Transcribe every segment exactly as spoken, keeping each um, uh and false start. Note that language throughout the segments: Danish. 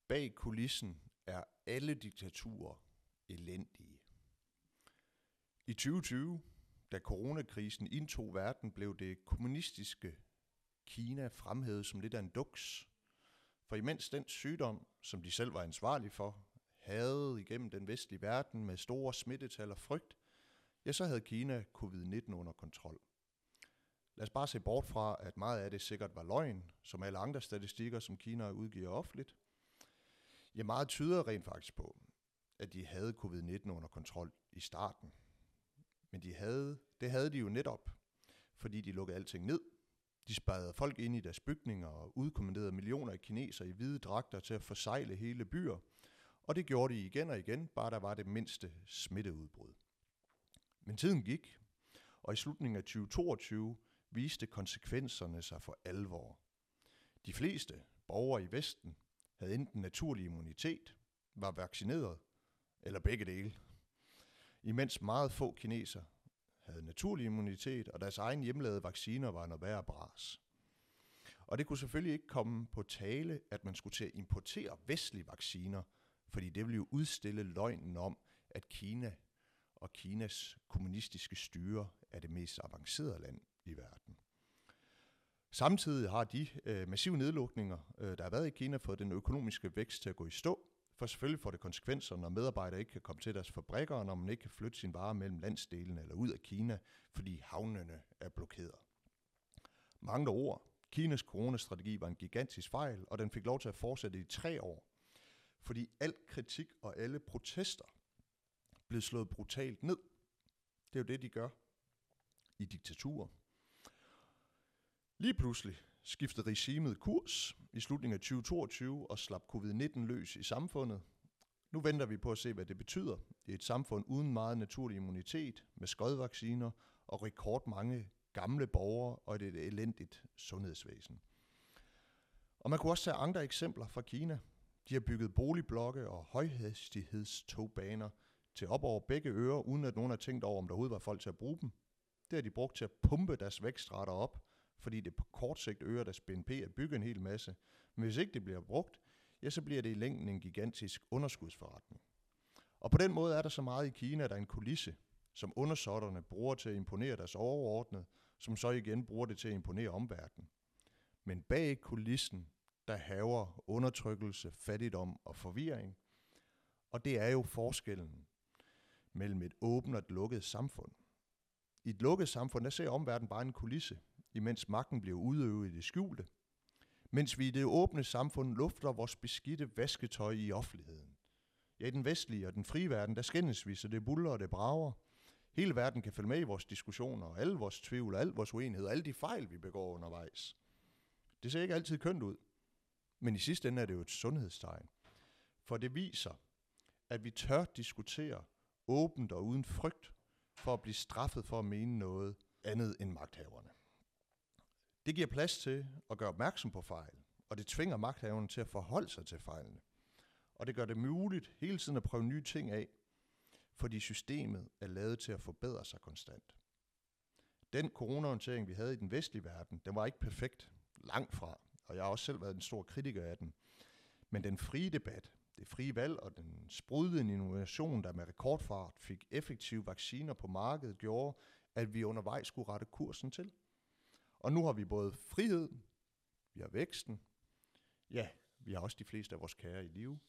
Bag kulissen er alle diktaturer elendige. I tyve tyve, da coronakrisen indtog verden, blev det kommunistiske Kina fremhævet som lidt af en duks. For imens den sygdom, som de selv var ansvarlige for, havde igennem den vestlige verden med store smittetal og frygt, ja, så havde Kina covid nitten under kontrol. Lad os bare se bort fra, at meget af det sikkert var løgn, som alle andre statistikker, som Kina udgiver offentligt. Ja, meget tyder rent faktisk på, at de havde covid nitten under kontrol i starten. Men de havde, det havde de jo netop, fordi de lukkede alting ned. De spærrede folk ind i deres bygninger og udkommanderede millioner af kinesere i hvide dragter til at forsegle hele byer. Og det gjorde de igen og igen, bare der var det mindste smitteudbrud. Men tiden gik, og i slutningen af tyve toogtyve viste konsekvenserne sig for alvor. De fleste borgere i Vesten havde enten naturlig immunitet, var vaccineret, eller begge dele. Imens meget få kinesere havde naturlig immunitet, og deres egen hjemmelavede vacciner var noget værre bras. Og det kunne selvfølgelig ikke komme på tale, at man skulle til at importere vestlige vacciner, fordi det ville jo udstille løgnen om, at Kina og Kinas kommunistiske styre er det mest avancerede land i verden. Samtidig har de øh, massive nedlukninger, øh, der har været i Kina, fået den økonomiske vækst til at gå i stå. For selvfølgelig får det konsekvenser, når medarbejdere ikke kan komme til deres fabrikker, og når man ikke kan flytte sine varer mellem landsdelene eller ud af Kina, fordi havnene er blokeret. Med andre ord, Kinas coronastrategi var en gigantisk fejl, og den fik lov til at fortsætte i tre år. Fordi al kritik og alle protester blev slået brutalt ned. Det er jo det, de gør i diktaturer. Lige pludselig skiftede regimet kurs i slutningen af tyve toogtyve og slap covid nitten løs i samfundet. Nu venter vi på at se, hvad det betyder i et samfund uden meget naturlig immunitet, med skodvacciner og rekordmange gamle borgere og et elendigt sundhedsvæsen. Og man kunne også tage andre eksempler fra Kina. De har bygget boligblokke og højhastighedstogbaner til op over begge ører, uden at nogen har tænkt over, om der overhovedet var folk til at bruge dem. Det har de brugt til at pumpe deres vækstrater op, fordi det på kort sigt øger deres B N P at bygge en hel masse. Men hvis ikke det bliver brugt, ja, så bliver det i længden en gigantisk underskudsforretning. Og på den måde er der så meget i Kina, der er en kulisse, som undersåtterne bruger til at imponere deres overordnede, som så igen bruger det til at imponere omverdenen. Men bag kulissen, der hærger undertrykkelse, fattigdom og forvirring. Og det er jo forskellen mellem et åbent og et lukket samfund. I et lukket samfund, der ser omverdenen bare en kulisse, imens magten bliver udøvet i det skjulte. Mens vi i det åbne samfund lufter vores beskidte vasketøj i offentligheden. Ja, i den vestlige og den frie verden, der skændes vi, så det buller og det brager. Hele verden kan følge med i vores diskussioner, og alle vores tvivl, og al vores uenighed, og alle de fejl, vi begår undervejs. Det ser ikke altid kønt ud, men i sidste ende er det jo et sundhedstegn. For det viser, at vi tør diskutere åbent og uden frygt, for at blive straffet for at mene noget andet end magthaverne. Det giver plads til at gøre opmærksom på fejl, og det tvinger magthaverne til at forholde sig til fejlene. Og det gør det muligt hele tiden at prøve nye ting af, fordi systemet er lavet til at forbedre sig konstant. Den coronahåndtering, vi havde i den vestlige verden, den var ikke perfekt, langt fra, og jeg har også selv været en stor kritiker af den. Men den frie debat, det frie valg og den sprudlende innovation, der med rekordfart fik effektive vacciner på markedet, gjorde, at vi undervejs skulle rette kursen til. Og nu har vi både frihed, vi har væksten, ja, vi har også de fleste af vores kære i live.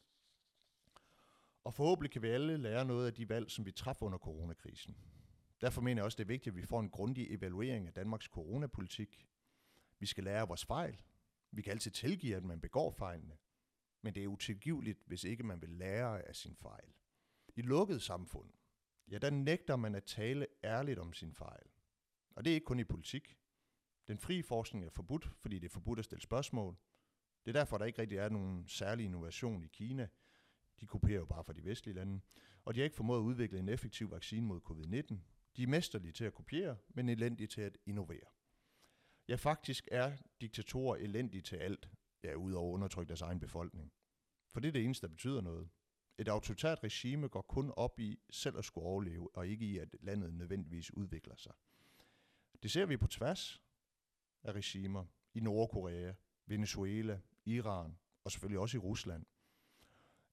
Og forhåbentlig kan vi alle lære noget af de valg, som vi træffede under coronakrisen. Derfor mener jeg også, det er vigtigt, at vi får en grundig evaluering af Danmarks coronapolitik. Vi skal lære af vores fejl. Vi kan altid tilgive, at man begår fejlene. Men det er utilgiveligt, hvis ikke man vil lære af sin fejl. I lukket samfund, ja, der nægter man at tale ærligt om sin fejl. Og det er ikke kun i politik. Den frie forskning er forbudt, fordi det er forbudt at stille spørgsmål. Det er derfor, der ikke rigtig er nogen særlig innovation i Kina. De kopierer jo bare fra de vestlige lande. Og de har ikke formået at udvikle en effektiv vaccine mod covid nitten. De er mesterlige til at kopiere, men elendige til at innovere. Ja, faktisk er diktatorer elendige til alt, ja, udover at undertrykke deres egen befolkning. For det er det eneste, der betyder noget. Et autoritært regime går kun op i selv at skulle overleve, og ikke i, at landet nødvendigvis udvikler sig. Det ser vi på tværs af regimer i Nordkorea, Venezuela, Iran og selvfølgelig også i Rusland.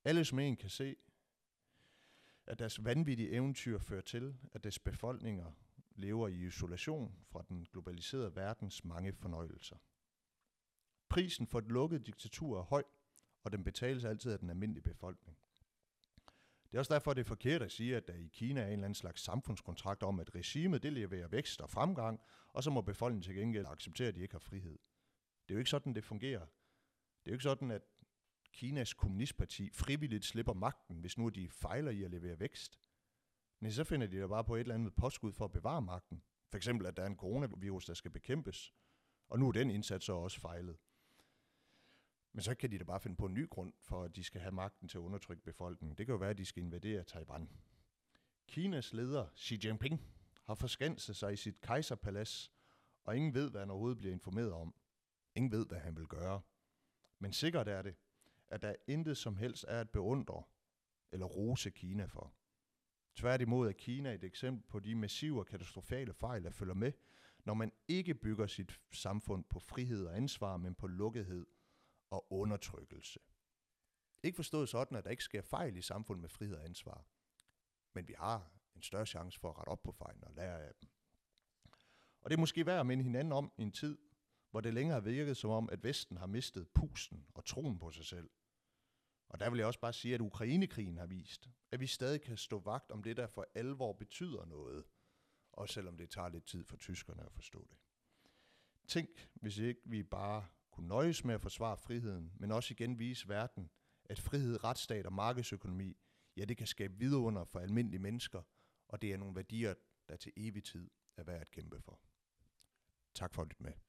Alle som en kan se, at deres vanvittige eventyr fører til, at deres befolkninger lever i isolation fra den globaliserede verdens mange fornøjelser. Prisen for et lukket diktatur er høj, og den betales altid af den almindelige befolkning. Det er også derfor, det er forkert at sige, at der i Kina er en eller anden slags samfundskontrakt om, at regimet det leverer vækst og fremgang, og så må befolkningen til gengæld acceptere, at de ikke har frihed. Det er jo ikke sådan, det fungerer. Det er jo ikke sådan, at Kinas kommunistparti frivilligt slipper magten, hvis nu de fejler i at levere vækst. Men så finder de da bare på et eller andet påskud for at bevare magten. For eksempel, at der er en coronavirus, der skal bekæmpes, og nu er den indsats så også fejlet. Men så kan de da bare finde på en ny grund for, at de skal have magten til at undertrykke befolkningen. Det kan jo være, at de skal invadere Taiwan. Kinas leder Xi Jinping har forskanset sig i sit kejserpalads, og ingen ved, hvad han overhovedet bliver informeret om. Ingen ved, hvad han vil gøre. Men sikkert er det, at der intet som helst er at beundre eller rose Kina for. Tværtimod er Kina et eksempel på de massive og katastrofale fejl, der følger med, når man ikke bygger sit samfund på frihed og ansvar, men på lukkethed og undertrykkelse. Ikke forstået sådan, at der ikke sker fejl i samfundet med frihed og ansvar, men vi har en større chance for at rette op på fejlen og lære af dem. Og det er måske værd at minde hinanden om i en tid, hvor det længere har virket som om, at Vesten har mistet pusten og troen på sig selv. Og der vil jeg også bare sige, at Ukrainekrigen har vist, at vi stadig kan stå vagt om det, der for alvor betyder noget, også selvom det tager lidt tid for tyskerne at forstå det. Tænk, hvis ikke vi bare kunne nøjes med at forsvare friheden, men også igen vise verden, at frihed, retsstat og markedsøkonomi, ja, det kan skabe vidunder for almindelige mennesker, og det er nogle værdier, der til evig tid er værd at kæmpe for. Tak for at lytte med.